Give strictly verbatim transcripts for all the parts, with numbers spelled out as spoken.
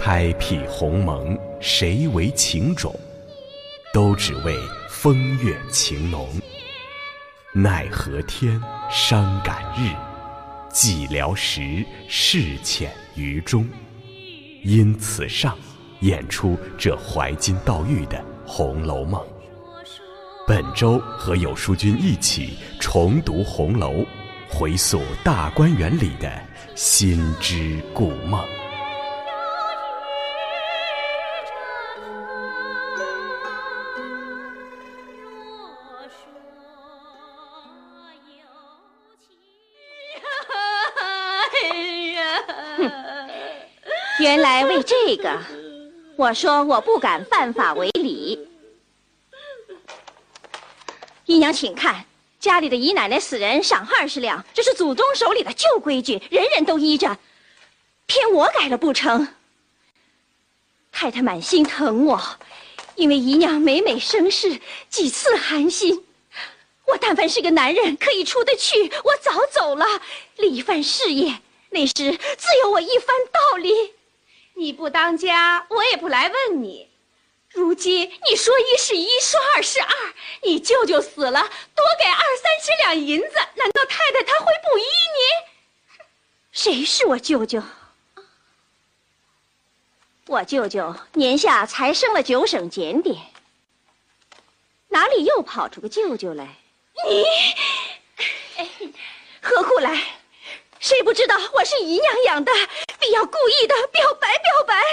开辟鸿蒙，谁为情种？都只为风月情浓。奈何天，伤感日，寂寥时，事浅于中。因此上演出这怀金悼玉的《红楼梦》。本周和有书君一起重读红楼，回溯大观园里的心之故梦。 原来为这个，我说我不敢犯法为礼。姨娘请看，家里的姨奶奶死人赏二十两，这是祖宗手里的旧规矩，人人都依着，偏我改了不成？太太满心疼我，因为姨娘每每生事，几次寒心。我但凡是个男人，可以出得去，我早走了，立一番事业，那时自有我一番道理。 你不当家，我也不来问你。 如今你说一是一，说二是二，你舅舅死了，多给二三十两银子，难道太太她会不依你？谁是我舅舅？我舅舅年下才升了九省检点，哪里又跑出个舅舅来？你，哎，何苦来？谁不知道我是姨娘养的，必要故意的表白表白。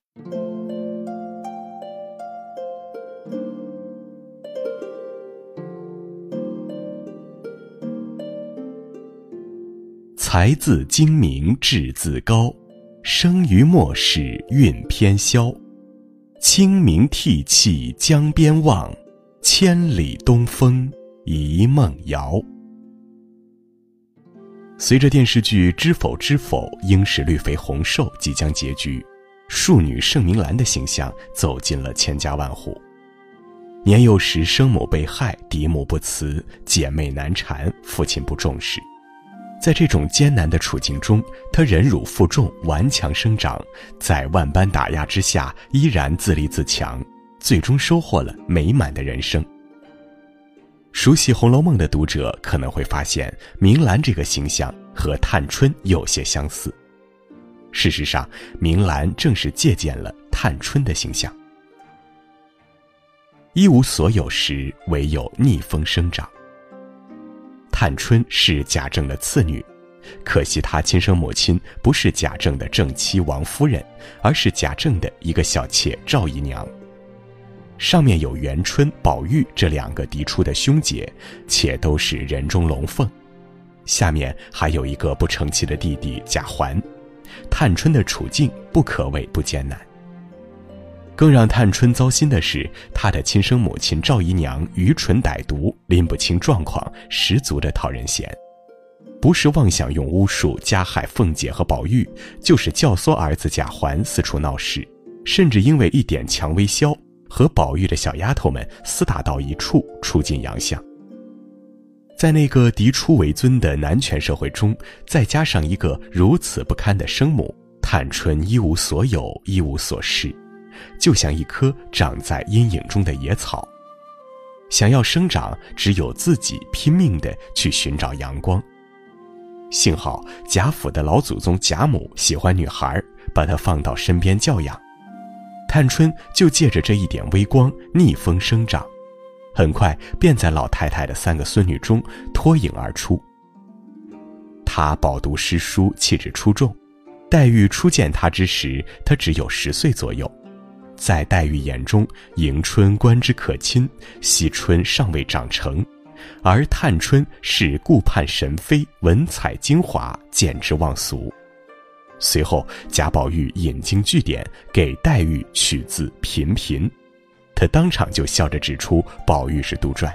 才自精明志自高，生于末世韵偏消。清明涕泣江边望，千里东风一梦遥。随着电视剧《知否知否》应是绿肥红瘦即将结局，庶女盛明兰的形象走进了千家万户。年幼时生母被害，嫡母不慈，姐妹难缠，父亲不重视。在这种艰难的处境中，她忍辱负重，顽强生长，在万般打压之下依然自立自强，最终收获了美满的人生。熟悉《红楼梦》的读者可能会发现，明兰这个形象和探春有些相似。事实上，明兰正是借鉴了探春的形象。一无所有时，唯有逆风生长。探春是贾政的次女，可惜她亲生母亲不是贾政的正妻王夫人，而是贾政的一个小妾赵姨娘。上面有元春、宝玉这两个嫡出的兄姐，且都是人中龙凤。下面还有一个不成器的弟弟贾环，探春的处境不可谓不艰难。更让探春糟心的是，她的亲生母亲赵姨娘愚蠢歹毒，拎不清状况，十足的讨人嫌。不是妄想用巫术加害凤姐和宝玉，就是教唆儿子贾环四处闹事，甚至因为一点蔷薇硝和宝玉的小丫头们厮打到一处，出尽洋相。在那个嫡出为尊的男权社会中，再加上一个如此不堪的生母，探春一无所有，一无所事，就像一棵长在阴影中的野草，想要生长，只有自己拼命地去寻找阳光。幸好贾府的老祖宗贾母喜欢女孩，把她放到身边教养，探春就借着这一点微光逆风生长，很快便在老太太的三个孙女中脱颖而出。她饱读诗书，气质出众。黛玉初见她之时，她只有十岁左右。在黛玉眼中，迎春观之可亲，惜春尚未长成，而探春是顾盼神飞，文采精华，见之忘俗。随后贾宝玉引经据典，给黛玉取字频频，他当场就笑着指出宝玉是杜撰。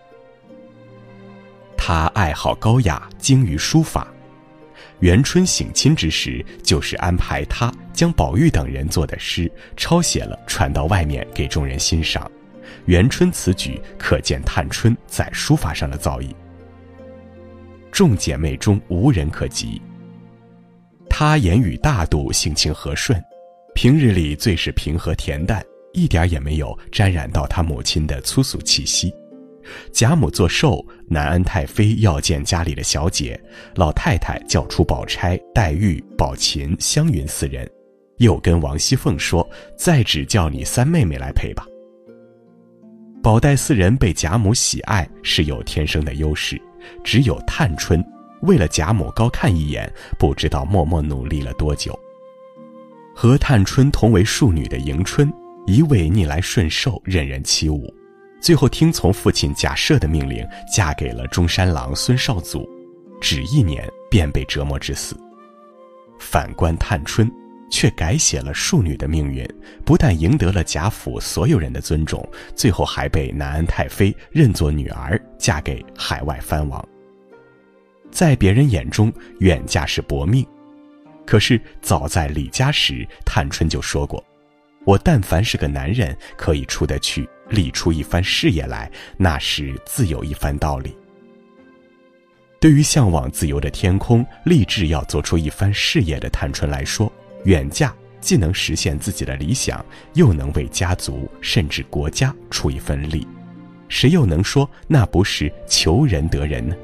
他爱好高雅，精于书法。元春省亲之时，就是安排他将宝玉等人做的诗抄写了，传到外面给众人欣赏。元春此举可见探春在书法上的造诣，众姐妹中无人可及。她言语大度，性情和顺， 平日里最是平和恬淡，一点也没有沾染到他母亲的粗俗气息。贾母做寿，南安太妃要见家里的小姐，老太太叫出宝钗、黛玉、宝琴、湘云四人，又跟王熙凤说，再只叫你三妹妹来陪吧。宝黛四人被贾母喜爱是有天生的优势，只有探春为了贾母高看一眼，不知道默默努力了多久。和探春同为庶女的迎春，一味逆来顺受，任人欺侮，最后听从父亲贾赦的命令，嫁给了中山狼孙绍祖，只一年便被折磨致死。反观探春，却改写了庶女的命运，不但赢得了贾府所有人的尊重，最后还被南安太妃认作女儿，嫁给海外藩王。在别人眼中，远嫁是薄命，可是早在李家时，探春就说过，我但凡是个男人，可以出得去，立出一番事业来，那时自有一番道理。对于向往自由的天空，立志要做出一番事业的探春来说，远嫁既能实现自己的理想，又能为家族甚至国家出一份力，谁又能说那不是求人得人呢？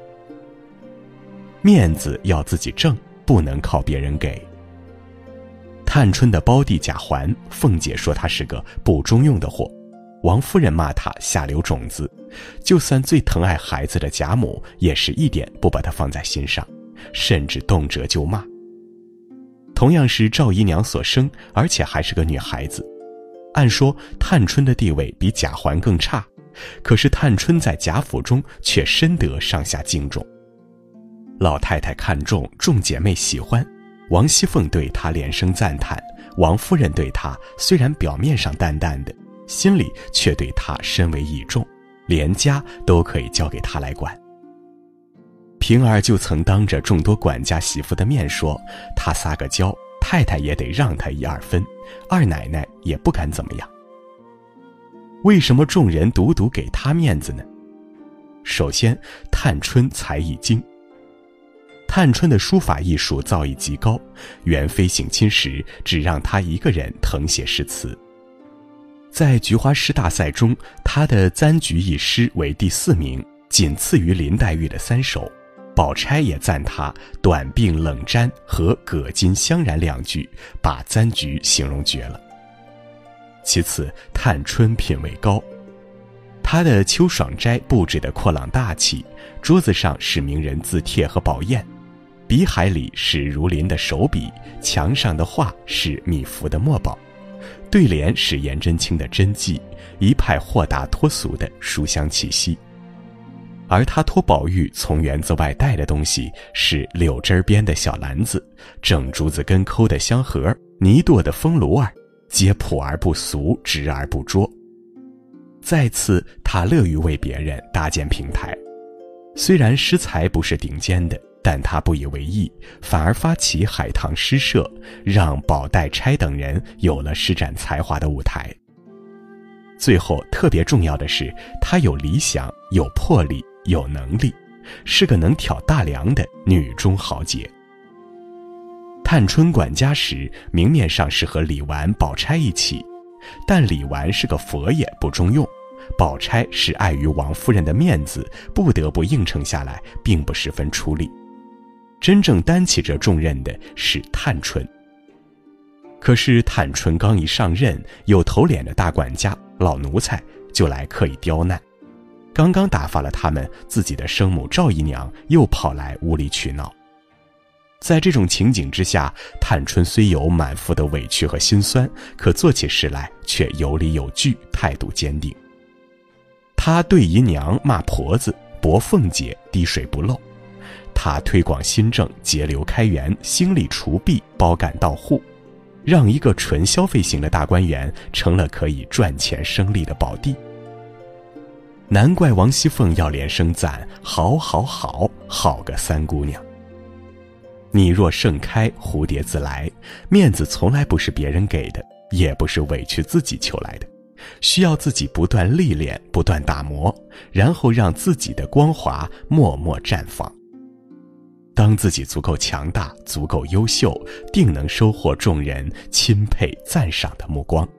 面子要自己挣，不能靠别人给。探春的胞弟贾环，凤姐说他是个不中用的货，王夫人骂他下流种子，就算最疼爱孩子的贾母，也是一点不把他放在心上，甚至动辄就骂。同样是赵姨娘所生，而且还是个女孩子，按说探春的地位比贾环更差，可是探春在贾府中却深得上下敬重。老太太看重，众姐妹喜欢，王熙凤对她连声赞叹，王夫人对她虽然表面上淡淡的，心里却对她深为倚重，连家都可以交给她来管。平儿就曾当着众多管家媳妇的面说，她撒个娇，太太也得让她一二分，二奶奶也不敢怎么样。为什么众人独独给她面子呢？首先，探春才艺精。探春的书法艺术造诣极高，元妃省亲时只让她一个人誊写诗词。在菊花诗大赛中，她的簪菊一诗为第四名，仅次于林黛玉的三首。宝钗也赞她短鬓冷沾和葛巾香然两句，把簪菊形容绝了。其次，探春品味高，她的秋爽斋布置得阔朗大气，桌子上是名人字帖和宝砚，笔海里是如林的手笔，墙上的画是米芾的墨宝，对联是颜真卿的真迹，一派豁达脱俗的书香气息。而他托宝玉从园子外带的东西是柳枝边的小篮子，整竹子根抠的香盒，泥垛的风炉儿，皆朴而不俗，直而不拙。再次，他乐于为别人搭建平台，虽然诗才不是顶尖的，但他不以为意，反而发起海棠诗社，让宝黛钗等人有了施展才华的舞台。最后特别重要的是，他有理想，有魄力，有能力，是个能挑大梁的女中豪杰。探春管家时，明面上是和李纨、宝钗一起，但李纨是个佛爷，不中用，宝钗是碍于王夫人的面子，不得不应承下来，并不十分出力。真正担起这重任的是探春。可是探春刚一上任，有头脸的大管家老奴才就来刻意刁难，刚刚打发了他们，自己的生母赵姨娘又跑来无理取闹。在这种情景之下，探春虽有满腹的委屈和心酸，可做起事来却有理有据，态度坚定。她对姨娘骂婆子，驳凤姐滴水不漏；她推广新政，节流开源，兴利除弊，包干到户，让一个纯消费型的大观园成了可以赚钱生利的宝地。难怪王熙凤要连声赞，好好好，好个三姑娘。你若盛开，蝴蝶自来，面子从来不是别人给的，也不是委屈自己求来的，需要自己不断历练，不断打磨，然后让自己的光华默默绽放。 当自己足够强大，足够优秀，定能收获众人钦佩赞赏的目光。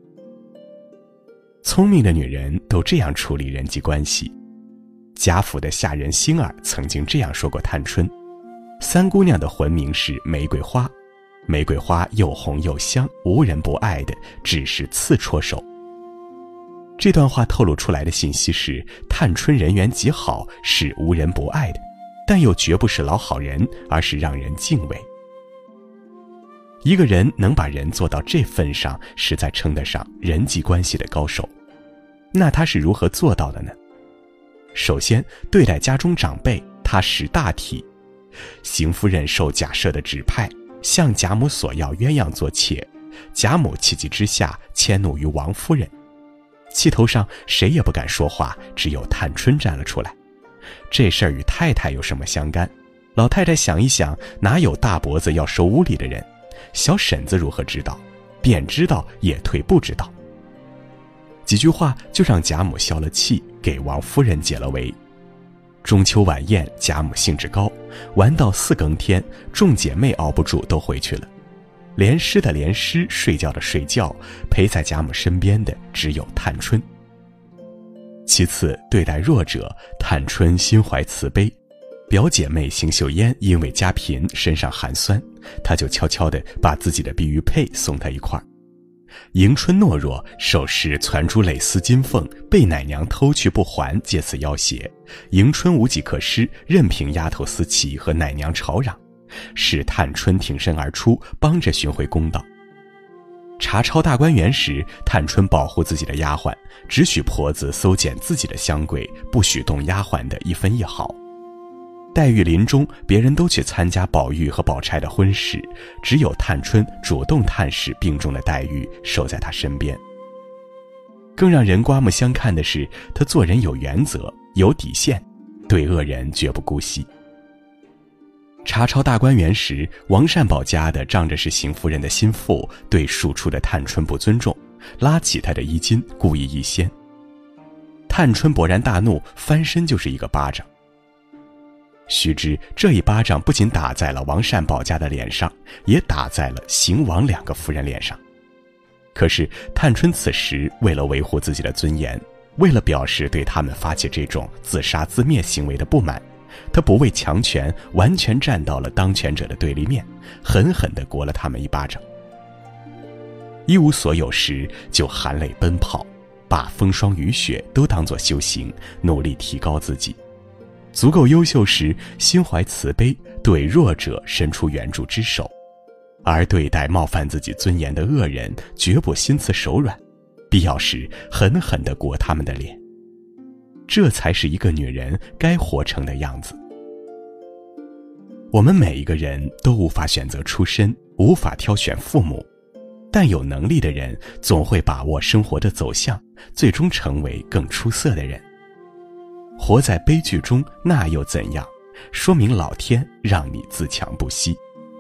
聪明的女人都这样处理人际关系。贾府的下人星儿曾经这样说过探春：三姑娘的魂名是玫瑰花，玫瑰花又红又香，无人不爱的只是刺戳手。这段话透露出来的信息是，探春人缘极好，是无人不爱的，但又绝不是老好人，而是让人敬畏。一个人能把人做到这份上，实在称得上人际关系的高手。那他是如何做到的呢？首先，对待家中长辈，他识大体。邢夫人受贾赦的指派，向贾母索要鸳鸯做妾，贾母气急之下迁怒于王夫人。气头上谁也不敢说话，只有探春站了出来。这事儿与太太有什么相干？老太太想一想，哪有大伯子要收屋里的人？小婶子如何知道？便知道也退不知道。几句话就让贾母消了气，给王夫人解了围。中秋晚宴，贾母兴致高，玩到四更天，众姐妹熬不住都回去了。连诗的连诗，睡觉的睡觉，陪在贾母身边的只有探春。其次，对待弱者，探春心怀慈悲。表姐妹邢岫烟因为家贫，身上寒酸，她就悄悄地把自己的碧玉佩送她一块儿。迎春懦弱，首饰攒珠蕾丝金凤，被奶娘偷去不还，借此要挟。迎春无计可施，任凭丫头思琪和奶娘吵嚷，是探春挺身而出，帮着寻回公道。查抄大观园时，探春保护自己的丫鬟，只许婆子搜检自己的香柜，不许动丫鬟的一分一毫。黛玉临终，别人都去参加宝玉和宝钗的婚事，只有探春主动探视病重的黛玉，守在她身边。更让人刮目相看的是，她做人有原则，有底线，对恶人绝不姑息。查抄大观园时，王善保家的仗着是邢夫人的心腹，对庶出的探春不尊重，拉起她的衣襟，故意一掀。探春勃然大怒，翻身就是一个巴掌。须知这一巴掌不仅打在了王善保家的脸上，也打在了邢王两个夫人脸上。可是探春此时为了维护自己的尊严，为了表示对他们发起这种自杀自灭行为的不满，她不畏强权，完全站到了当权者的对立面，狠狠地掴了他们一巴掌。一无所有时就含泪奔跑，把风霜雨雪都当作修行，努力提高自己。足够优秀时，心怀慈悲，对弱者伸出援助之手；而对待冒犯自己尊严的恶人，绝不心慈手软，必要时狠狠地掴他们的脸。这才是一个女人该活成的样子。我们每一个人都无法选择出身，无法挑选父母，但有能力的人总会把握生活的走向，最终成为更出色的人。活在悲剧中，那又怎样？说明老天让你自强不息。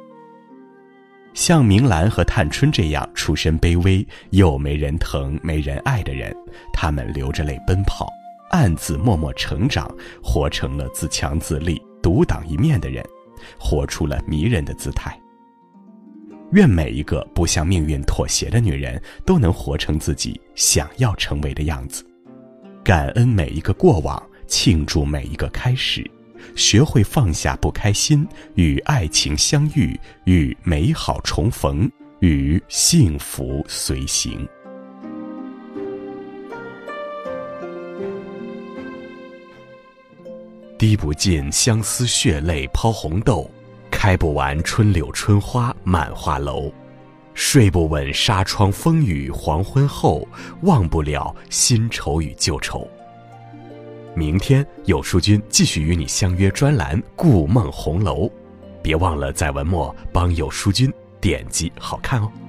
像明兰和探春这样出身卑微又没人疼没人爱的人，他们流着泪奔跑，暗自默默成长，活成了自强自立独当一面的人，活出了迷人的姿态。愿每一个不向命运妥协的女人都能活成自己想要成为的样子，感恩每一个过往，庆祝每一个开始，学会放下不开心，与爱情相遇，与美好重逢，与幸福随行。滴不尽相思血泪抛红豆，开不完春柳春花满花楼。睡不稳纱窗风雨黄昏后，忘不了新愁与旧愁。明天有书君继续与你相约专栏《故梦红楼》，别忘了在文末帮有书君点击好看哦。